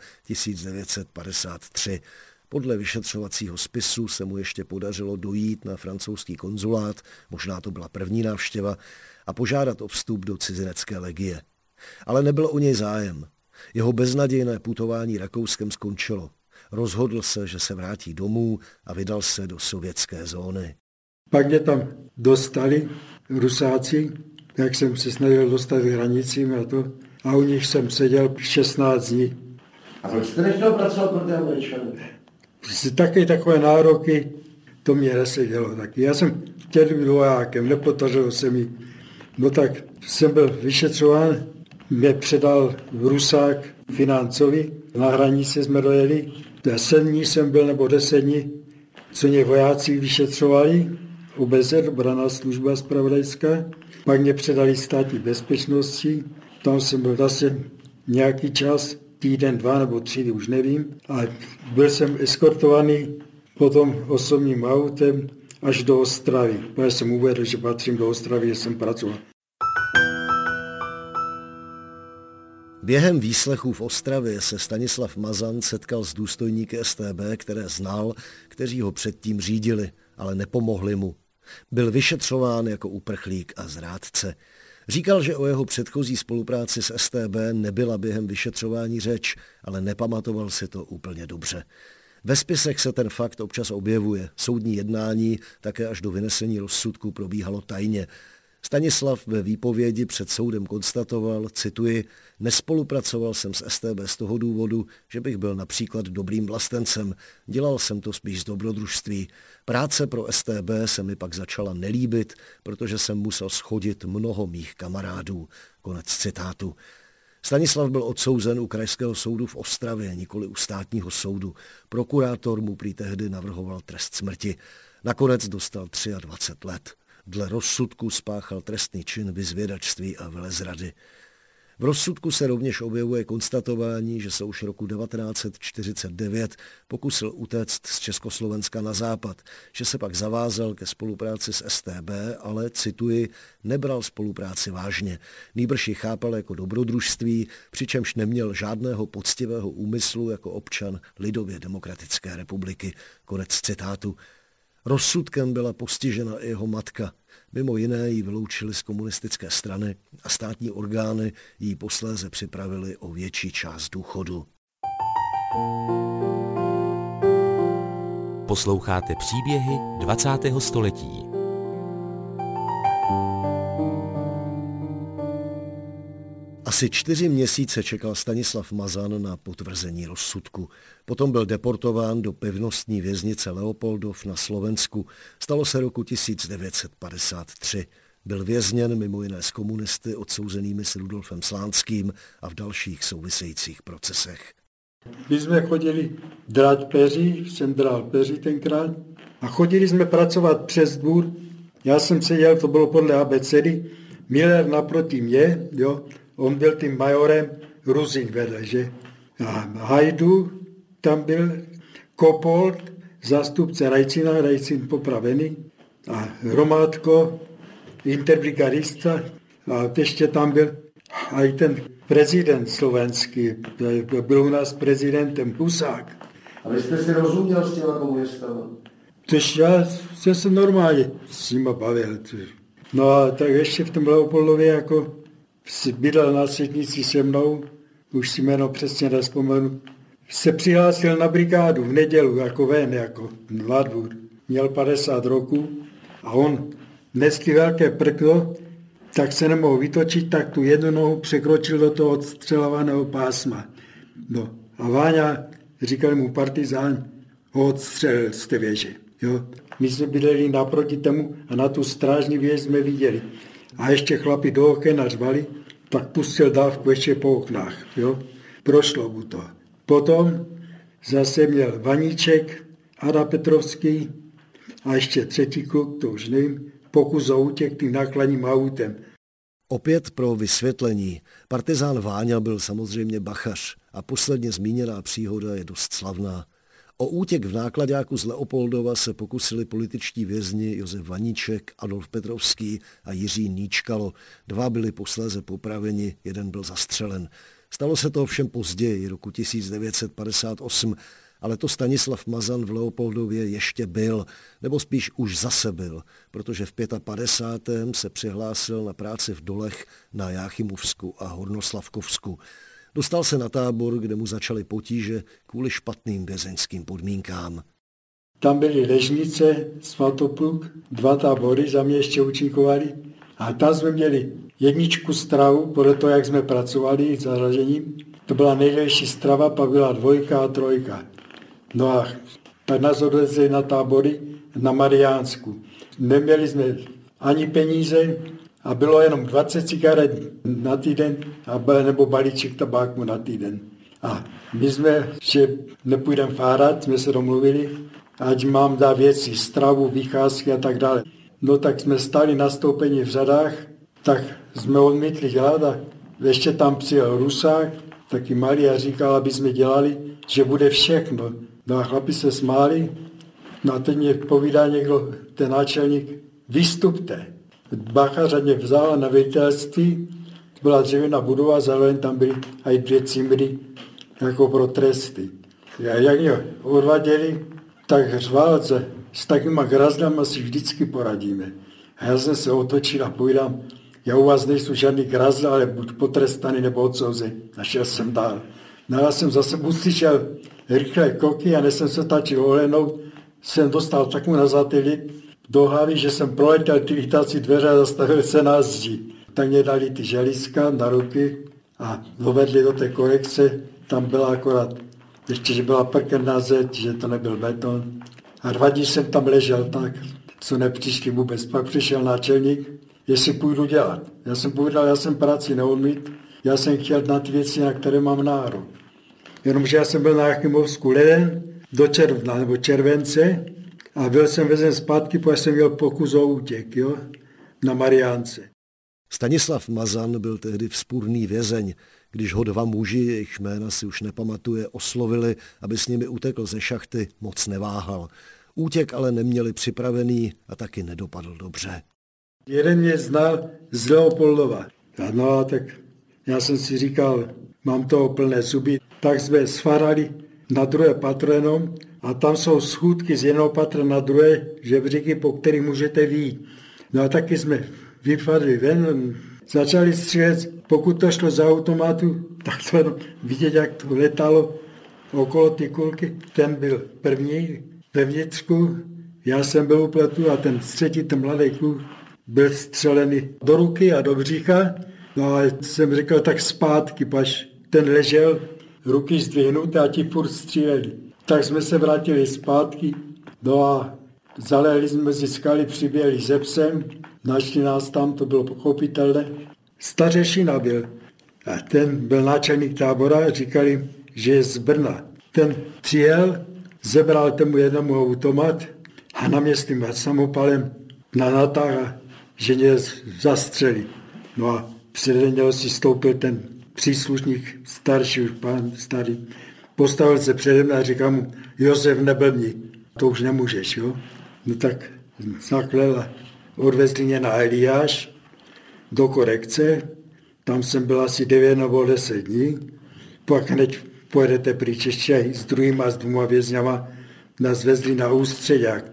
Speaker 2: 1953. Podle vyšetřovacího spisu se mu ještě podařilo dojít na francouzský konzulát, možná to byla první návštěva, a požádat o vstup do cizinecké legie. Ale nebyl o něj zájem. Jeho beznadějné putování Rakouskem skončilo. Rozhodl se, že se vrátí domů a vydal se do sovětské zóny.
Speaker 3: Pak mě tam dostali Rusáci, jak jsem se snažil dostat k hranicím a u nich jsem seděl 16 dní.
Speaker 4: A proč jste nechtěl pracovat pro ty Američany?
Speaker 3: Taky takové nároky, to mě nesedělo. Tak já jsem chtěl být vojákem, nepodařilo se mi. No tak jsem byl vyšetřován, mě předal Rusák Financovi, na hranici jsme dojeli, 7 dní jsem byl, nebo 10 dní, co mě vojáci vyšetřovali, OBZ, Branná služba zpravodajská, pak mě předali státní bezpečnosti, tam jsem byl zase nějaký čas, týden, 2 nebo 3, už nevím, a byl jsem eskortovaný potom osobním autem až do Ostravy. Já jsem uvedl, že patřím do Ostravy, že jsem pracoval.
Speaker 2: Během výslechů v Ostravě se Stanislav Mazan setkal s důstojníky StB, které znal, kteří ho předtím řídili, ale nepomohli mu. Byl vyšetřován jako uprchlík a zrádce. Říkal, že o jeho předchozí spolupráci s StB nebyla během vyšetřování řeč, ale nepamatoval si to úplně dobře. Ve spisech se ten fakt občas objevuje. Soudní jednání také až do vynesení rozsudku probíhalo tajně. Stanislav ve výpovědi před soudem konstatoval, cituji, nespolupracoval jsem s StB z toho důvodu, že bych byl například dobrým vlastencem. Dělal jsem to spíš z dobrodružství. Práce pro StB se mi pak začala nelíbit, protože jsem musel schodit mnoho mých kamarádů. Konec citátu. Stanislav byl odsouzen u Krajského soudu v Ostravě, nikoli u státního soudu. Prokurátor mu prý tehdy navrhoval trest smrti. Nakonec dostal 23 let. Dle rozsudku spáchal trestný čin vyzvědačství a velezrady. V rozsudku se rovněž objevuje konstatování, že se už roku 1949 pokusil utéct z Československa na západ, že se pak zavázal ke spolupráci s StB, ale, cituji, nebral spolupráci vážně. Nýbrž ji chápal jako dobrodružství, přičemž neměl žádného poctivého úmyslu jako občan Lidově demokratické republiky. Konec citátu. Rozsudkem byla postižena i jeho matka. Mimo jiné ji vyloučili z komunistické strany a státní orgány jí posléze připravili o větší část důchodu.
Speaker 1: Posloucháte příběhy 20. století.
Speaker 2: Asi 4 měsíce čekal Stanislav Mazan na potvrzení rozsudku. Potom byl deportován do pevnostní věznice Leopoldov na Slovensku. Stalo se roku 1953. Byl vězněn mimo jiné s komunisty odsouzenými s Rudolfem Slánským a v dalších souvisejících procesech.
Speaker 3: My jsme chodili drát peři, jsem drál peři tenkrát, a chodili jsme pracovat přes dvůr. Já jsem seděl, to bylo podle abecedy, Miller naproti mě, jo, on byl tím majorem, Ruzík vedle, že? A Hajdu, tam byl Kopold, zástupce Rajcina, Rajcin popravený, a Hromádko, interbrigadista, a ještě tam byl i ten prezident slovenský, byl u nás prezidentem Husák.
Speaker 4: A vy jste si rozuměl s těma komunistama?
Speaker 3: Tož já jsem se normálně s nima bavil. No a tak ještě v tom Leopoldově jako si bydlel na světnici se mnou, už si jméno přesně nevzpomenu, se přihlásil na brigádu v nedělu jako ven, jako na dvůr. Měl 50 roků a on nesli velké prkno, tak se nemohl vytočit, tak tu jednu nohu překročil do toho odstřelovaného pásma. No a Váňa, říkali mu partizán, ho odstřelil z té věže. Jo. My jsme bydleli naproti tomu a na tu strážní věž jsme viděli. A ještě chlapi do oken nařvali, tak pustil dávku ještě po oknách. Jo. Prošlo mu to. Potom zase měl Vaníček, Ada Petrovský a ještě třetí kluk, to už nevím, pokus o útěk tím nákladním autem.
Speaker 2: Opět pro vysvětlení. Partizán Váňa byl samozřejmě bachař a posledně zmíněná příhoda je dost slavná. O útěk v nákladáku z Leopoldova se pokusili političtí vězni Josef Vaníček, Adolf Petrovský a Jiří Níčkalo. 2 byli posléze popraveni, 1 byl zastřelen. Stalo se to ovšem později, roku 1958, ale to Stanislav Mazan v Leopoldově ještě byl, nebo spíš už zase byl, protože v 55. se přihlásil na práci v dolech na Jáchymovsku a Hornoslavkovsku. Dostal se na tábor, kde mu začaly potíže kvůli špatným vězeňským podmínkám.
Speaker 3: Tam byly Ležnice, Svatopluk, 2 tábory za mě ještě účinkovali a tam jsme měli 1 stravu, podle toho, jak jsme pracovali s zaražením. To byla nejdelší strava, pak byla 2 a 3. No a tak nás odvezli na tábory na Mariánsku. Neměli jsme ani peníze a bylo jenom 20 cigaret na týden nebo balíček tabáku na týden. A my jsme, že nepůjdeme fárat, jsme se domluvili, ať mám dát věci, stravu, vycházky a tak dále. No tak jsme stáli nastoupení v řadách, tak jsme odmítli dělat a ještě tam přijel Rusák, taky malý a říkal, aby jsme dělali, že bude všechno. No a chlapi se smáli, no a teď mě povídá někdo, ten náčelník, vystupte. Bachař mě vzal na velitelství, byla dřevěná budova, zároveň tam byly aj 2 cimry jako pro tresty. A jak mě odvaděli, tak řval, že s takovýma grazdama si vždycky poradíme. A já jsem se otočil a povídám, já u vás nejsou žádný grazda, ale buď potrestaný nebo odsouzen. A šel jsem dál. No já jsem zase uslyšel rychlé kroky a než jsem se stačil ohlédnout, jsem dostal takovou na zatylík do hlavy, že jsem proletěl ty vytácí dveře a zastavil se na zdi. Tak mě dali ty želízka na ruky a dovedli do té korekce. Tam byla akorát, ještě že byla prkená zeď, že to nebyl beton. A 2 dní jsem tam ležel tak, co nepřišli vůbec. Pak přišel náčelník, jestli půjdu dělat. Já jsem povedal, já jsem práci neumít, já jsem chtěl na ty věci, na které mám nárok. Jenomže já jsem byl na Jachimovsku leden do června nebo července a byl jsem vezen zpátky, protože jsem měl pokus o útěk, jo, na Mariánce.
Speaker 2: Stanislav Mazan byl tehdy vzpůrný vězeň. Když ho 2 muži, jejich jména si už nepamatuje, oslovili, aby s nimi utekl ze šachty, moc neváhal. Útěk ale neměli připravený a taky nedopadl dobře.
Speaker 3: Jeden mě znal z Leopoldova. No tak já jsem si říkal, mám toho plné zuby. Tak jsme sfarali na druhé patro jenom a tam jsou schůdky z jednoho patra na druhé, žebříky, po kterých můžete vyjít. No a taky jsme vypadli ven, začali střílet, pokud to šlo z automatu, tak to jenom vidět, jak to letalo okolo ty kulky. Ten byl první ve vnitřku, já jsem byl upletu a ten třetí, ten mladý kluk, byl střelený do ruky a do břicha. No a jsem řekl, tak zpátky, paž ten ležel, ruky zdvihnuté a ti furt stříleli. Tak jsme se vrátili zpátky, no a zalehli jsme mezi skaly, přiběhli ze psem, našli nás tam, to bylo pochopitelné. Stařešina byl a ten byl náčelník tábora, říkali, že je z Brna. Ten přijel, zebral tomu jednomu automat a na mě s tím samopalem na natáha, že mě zastřelí. No a přede něho si stoupil ten příslušník, starší už pán starý, postavil se přede mnou a říkal mu, Josef, neblbni, to už nemůžeš, jo. No tak zaklel a odvezli mě na Eliáš do korekce, tam jsem byl asi 9 nebo 10 dní, pak hned pojedete pryč ještě s druhýma, s 2 vězňama, nás vezli na ústředák.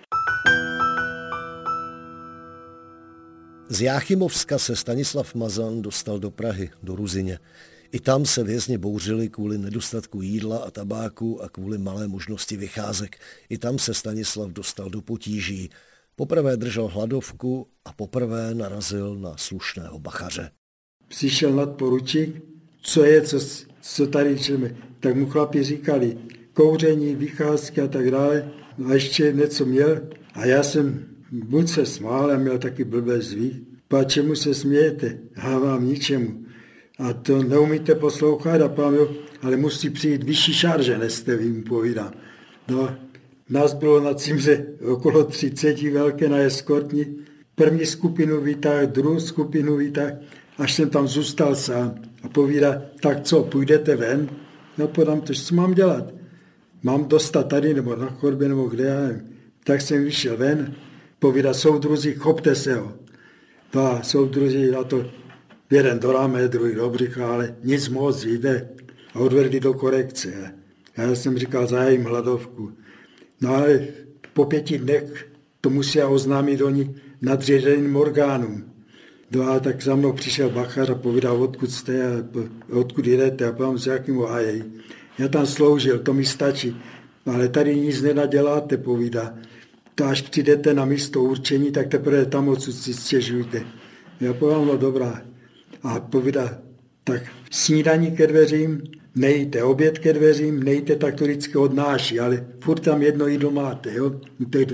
Speaker 2: Z Jáchymovska se Stanislav Mazan dostal do Prahy, do Ruzyně. I tam se vězni bouřili kvůli nedostatku jídla a tabáku a kvůli malé možnosti vycházek. I tam se Stanislav dostal do potíží. Poprvé držel hladovku a poprvé narazil na slušného bachaře.
Speaker 3: Přišel nadporučík, co je, co tady čeme. Tak mu chlapi říkali, kouření, vycházky a tak dále. A ještě něco měl. A já jsem buď se smál, a měl taky blbé zvyk. Pa čemu se smějete? Já vám ničemu. A to neumíte poslouchat a pán, ale musí přijít vyšší šarže, než jste vím, povídám. No, nás bylo na cimře okolo 30 velké na eskortní. První skupinu vytáhl, druhou skupinu vytáhl, až jsem tam zůstal sám. A povídá, tak co, půjdete ven? No podám to, co mám dělat? Mám dostat tady, nebo na chodbě, nebo kde, já nevím. Tak jsem vyšel ven, povídá, soudruzi, chopte se ho. No a soudruzi na to, jeden do ráme, druhý do břicha, ale nic moc, jde. A odvedli do korekce. A já jsem říkal, zahájím hladovku. No ale po 5 dnech to musí oznámit oni nadřízeným orgánům. No a tak za mnou přišel bachař a povídal, odkud jste a odkud jdete a pám s jakým hájej. Já tam sloužil, to mi stačí, ale tady nic nenaděláte, povídá. To až přijdete na místo určení, tak teprve tam odsud si stěžujte. Já povím, no dobrá. A povídá, tak snídaní ke dveřím, nejte, oběd ke dveřím, nejte, tak to vždycky odnáší, ale furt tam jedno jídlo máte, jo, u těch dveří.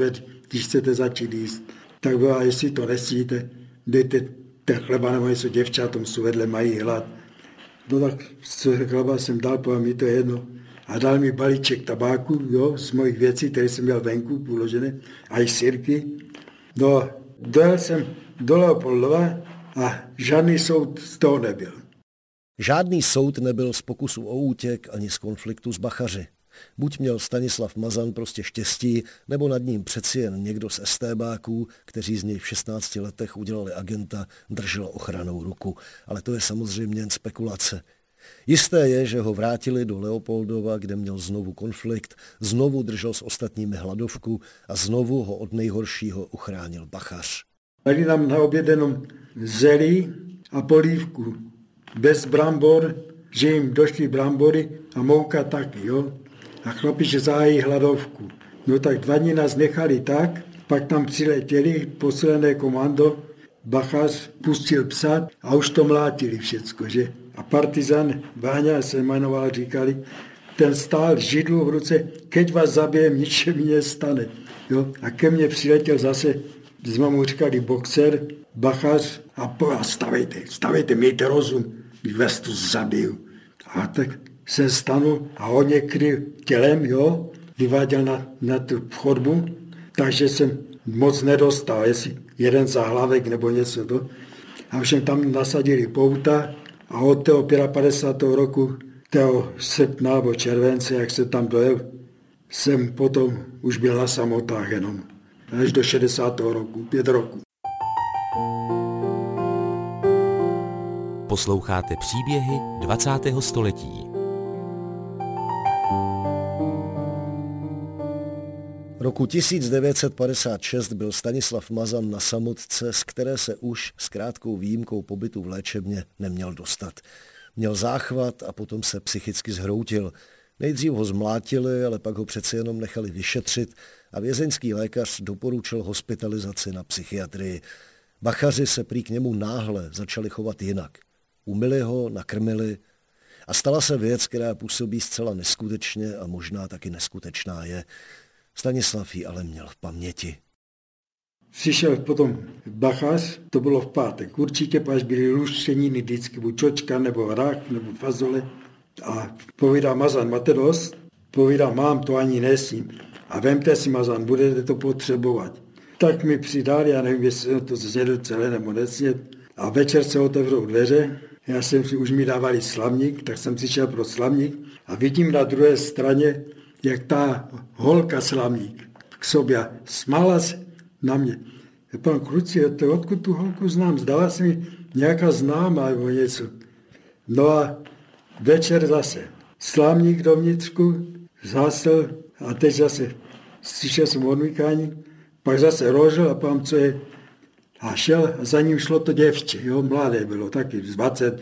Speaker 3: když chcete začít jíst. Tak byla, jestli to nesíte, dejte ten chleba nebo něco děvčatům, co vedle mají hlad. No tak chleba jsem dal, povedal mi to je jedno. A dal mi balíček tabáku, jo, z mojich věcí, které jsem měl venku položené, a i sirky. No, dojel jsem do Leopoldova a žádný soud z toho nebyl.
Speaker 2: Žádný soud nebyl z pokusu o útěk ani z konfliktu s Bachaři. Buď měl Stanislav Mazan prostě štěstí, nebo nad ním přeci jen někdo z estébáků, kteří z něj v 16 letech udělali agenta, držel ochranou ruku. Ale to je samozřejmě jen spekulace. Jisté je, že ho vrátili do Leopoldova, kde měl znovu konflikt, znovu držel s ostatními hladovku a znovu ho od nejhoršího uchránil Bachař.
Speaker 3: Dali nám na oběd jenom zelí a polívku. Bez brambor, že jim došly brambory a mouka taky, jo. A chlapi, že zahájí hladovku. No tak 2 dny nás nechali tak, pak tam přiletěli, posílené komando, Bachař pustil psa a už to mlátili všecko, že. A partizan Váňa se jmenoval, říkali, ten stál židlu v ruce, keď vás zabijem, nič mi nestane. Jo? A ke mně přiletěl zase, jsme mu říkali boxer, Bachař a stavejte, mějte rozum, když vás tu zabiju. A tak se stanul a on mě kryl tělem, jo, vyváděl na tu chodbu, takže jsem moc nedostal, jestli jeden zahlavek nebo něco to. A všem tam nasadili pouta a od toho 55. roku, toho srpna nebo července, jak se tam dojel, jsem potom už byl na samotách jenom. Až do 60. roku, 5 roků.
Speaker 1: Posloucháte příběhy 20. století.
Speaker 2: Roku 1956 byl Stanislav Mazan na samotce, z které se už s krátkou výjimkou pobytu v léčebně neměl dostat. Měl záchvat a potom se psychicky zhroutil. Nejdřív ho zmlátili, ale pak ho přeci jenom nechali vyšetřit a vězeňský lékař doporučil hospitalizaci na psychiatrii. Bachaři se prý k němu náhle začali chovat jinak. Umyli ho, nakrmili a stala se věc, která působí zcela neskutečně a možná taky neskutečná je. Stanislav ji ale měl v paměti.
Speaker 3: Přišel potom Bachař, to bylo v pátek. Určitě pak byly luštěniny vždycky, buď čočka, nebo rak, nebo fazole. A povídá Mazan, máte dost? Povídá, mám, to ani nesím. A vemte si, Mazan, budete to potřebovat. Tak mi přidali, já nevím, jestli to zjedl celé nebo nesněd. A večer se otevřou dveře, já jsem si, už mi dávali slavník, tak jsem si šel pro slavník a vidím na druhé straně, jak ta holka slavník k sobě smála se na mě. Pan kluci, odkud tu holku znám? Zdala se mi nějaká známá nebo něco. No a večer zase slavník dovnitřku, zásel a teď zase slyšel jsem odmykání, pak zase rožil a pám, co je. A šel a za ním šlo to děvče, jo, mladé bylo, taky z 20,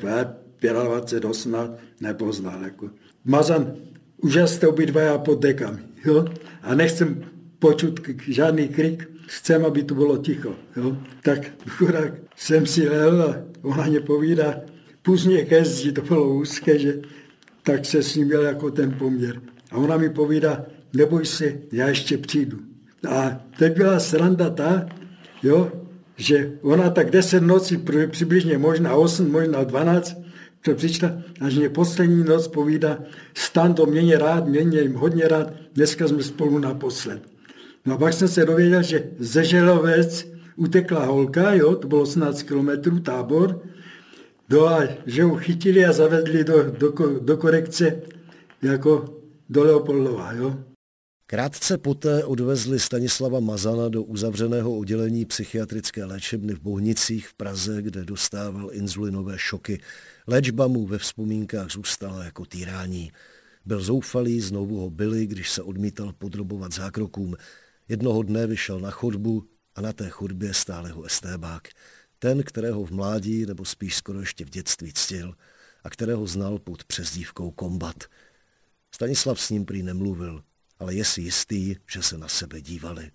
Speaker 3: 25, 18, nepoznal. Jako. Mazan, už jste obidva pod dekami, jo, a nechcem počuť žádný krik, chcem, aby to bylo ticho, jo. Tak chudák jsem si lel a ona mě povídá, pust mě ke zdi, to bylo úzké, že tak se s ním měl jako ten poměr. A ona mi povídá, neboj se, já ještě přijdu. A teď byla sranda ta, jo, že ona tak 10 nocí, přibližně možná 8, možná 12, to přišla, až mě poslední noc povídá, stan to mě rád, mě jim hodně rád, dneska jsme spolu naposled. No a pak jsem se dověděl, že ze Želovec utekla holka, jo, to bylo 18 kilometrů tábor, no a že ho chytili a zavedli do korekce jako do Leopoldova, jo.
Speaker 2: Krátce poté odvezli Stanislava Mazana do uzavřeného oddělení psychiatrické léčebny v Bohnicích v Praze, kde dostával inzulinové šoky. Léčba mu ve vzpomínkách zůstala jako týrání. Byl zoufalý, znovu ho byli, když se odmítal podrobovat zákrokům. Jednoho dne vyšel na chodbu a na té chodbě stál jeho estébák. Ten, kterého v mládí, nebo spíš skoro ještě v dětství ctil a kterého znal pod přezdívkou Kombat. Stanislav s ním prý nemluvil, ale je si jistý, že se na sebe dívali.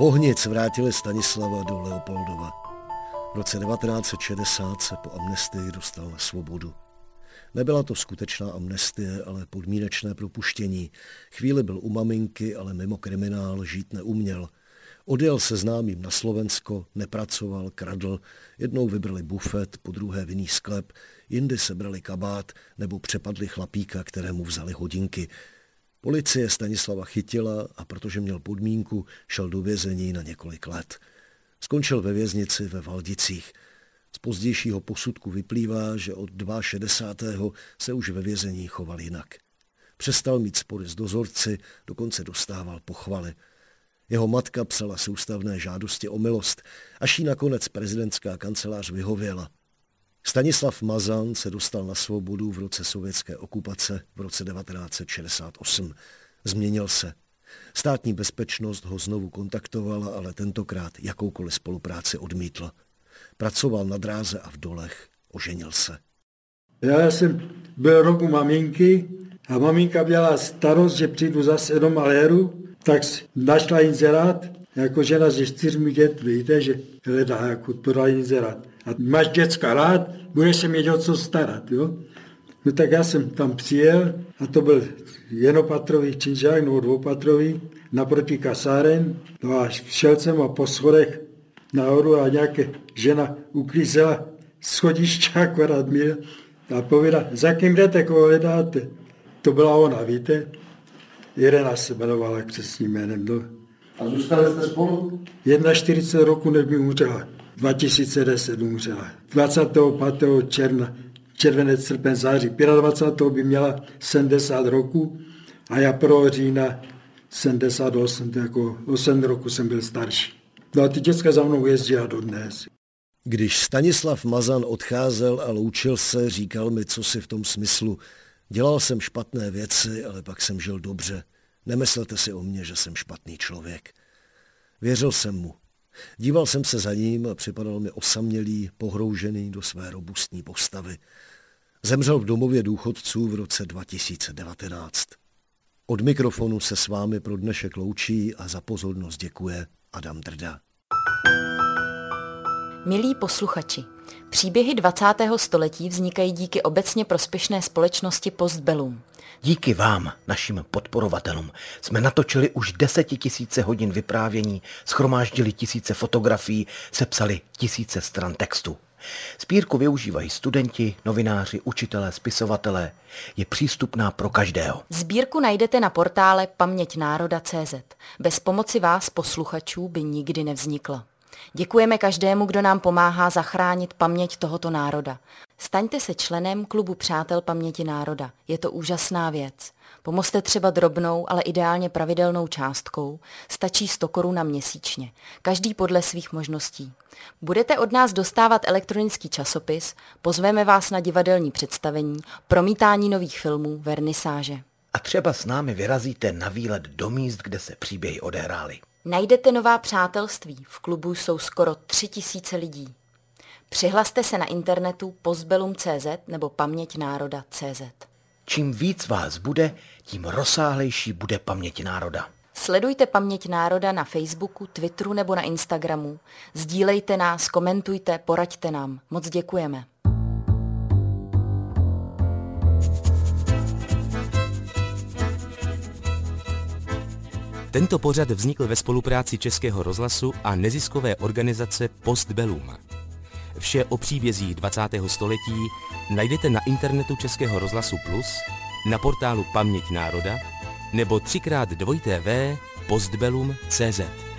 Speaker 2: Bohnic vrátili Stanislava do Leopoldova. V roce 1960 se po amnestii dostal na svobodu. Nebyla to skutečná amnestie, ale podmínečné propuštění. Chvíli byl u maminky, ale mimo kriminál žít neuměl. Odjel se známým na Slovensko, nepracoval, kradl, jednou vybrali bufet, po druhé vinný sklep, jindy sebrali kabát nebo přepadli chlapíka, kterému vzali hodinky. Policie Stanislava chytila a protože měl podmínku, šel do vězení na několik let. Skončil ve věznici ve Valdicích. Z pozdějšího posudku vyplývá, že od 62. se už ve vězení choval jinak. Přestal mít spory s dozorci, dokonce dostával pochvaly. Jeho matka psala soustavné žádosti o milost, až jí nakonec prezidentská kancelář vyhověla. Stanislav Mazan se dostal na svobodu v roce sovětské okupace v roce 1968. Změnil se. Státní bezpečnost ho znovu kontaktovala, ale tentokrát jakoukoliv spolupráci odmítla. Pracoval na dráze a v dolech, oženil se.
Speaker 3: Já jsem byl rok u maminky a maminka měla starost, že přijdu zase do Maléru, tak našla inzerát, jako žena se 4 dětmi, víte, že hledá, jako podala inzerát. A máš děcka rád, budeš se mít o co starat, jo? No tak já jsem tam přijel a to byl jednopatrový činžák nebo dvoupatrový naproti kasáren. No a šel jsem a po schodech nahoru a nějaká žena uklízela schodiště akorát mě a povídá, za kým jdete, koho hledáte? To byla ona, víte? Irena se jmenovala křestním jménem. No.
Speaker 4: A zůstali jste spolu?
Speaker 3: 41 roku, než mi umřela. 2010 umřela. 25. červenec, srpen, září. 25. by měla 70 roku a já 1. října 78, jako 8 roku jsem byl starší. No a ty děcka za mnou jezdila dodnes.
Speaker 2: Když Stanislav Mazan odcházel a loučil se, říkal mi cosi v tom smyslu: dělal jsem špatné věci, ale pak jsem žil dobře. Nemyslete si o mně, že jsem špatný člověk. Věřil jsem mu. Díval jsem se za ním a připadal mi osamělý, pohroužený do své robustní postavy. Zemřel v domově důchodců v roce 2019. Od mikrofonu se s vámi pro dnešek loučí a za pozornost děkuje Adam Drda.
Speaker 5: Milí posluchači, příběhy 20. století vznikají díky obecně prospěšné společnosti Postbellum.
Speaker 6: Díky vám, našim podporovatelům, jsme natočili už 10 000 hodin vyprávění, shromáždili tisíce fotografií, sepsali tisíce stran textu. Sbírku využívají studenti, novináři, učitelé, spisovatelé. Je přístupná pro každého.
Speaker 5: Sbírku najdete na portále paměťnároda.cz. Bez pomoci vás, posluchačů, by nikdy nevznikla. Děkujeme každému, kdo nám pomáhá zachránit paměť tohoto národa. Staňte se členem klubu Přátel paměti národa. Je to úžasná věc. Pomozte třeba drobnou, ale ideálně pravidelnou částkou. Stačí 100 korun měsíčně. Každý podle svých možností. Budete od nás dostávat elektronický časopis, pozveme vás na divadelní představení, promítání nových filmů, vernisáže.
Speaker 6: A třeba s námi vyrazíte na výlet do míst, kde se příběhy odehrály.
Speaker 5: Najdete nová přátelství, v klubu jsou skoro 3000 lidí. Přihlaste se na internetu postbellum.cz nebo paměťnároda.cz.
Speaker 6: Čím víc vás bude, tím rozsáhlejší bude paměť národa.
Speaker 5: Sledujte Paměť národa na Facebooku, Twitteru nebo na Instagramu. Sdílejte nás, komentujte, poraďte nám. Moc děkujeme.
Speaker 1: Tento pořad vznikl ve spolupráci Českého rozhlasu a neziskové organizace Postbellum. Vše o příbězích 20. století najdete na internetu Českého rozhlasu Plus, na portálu Paměť národa nebo 3x2tv postbellum.cz.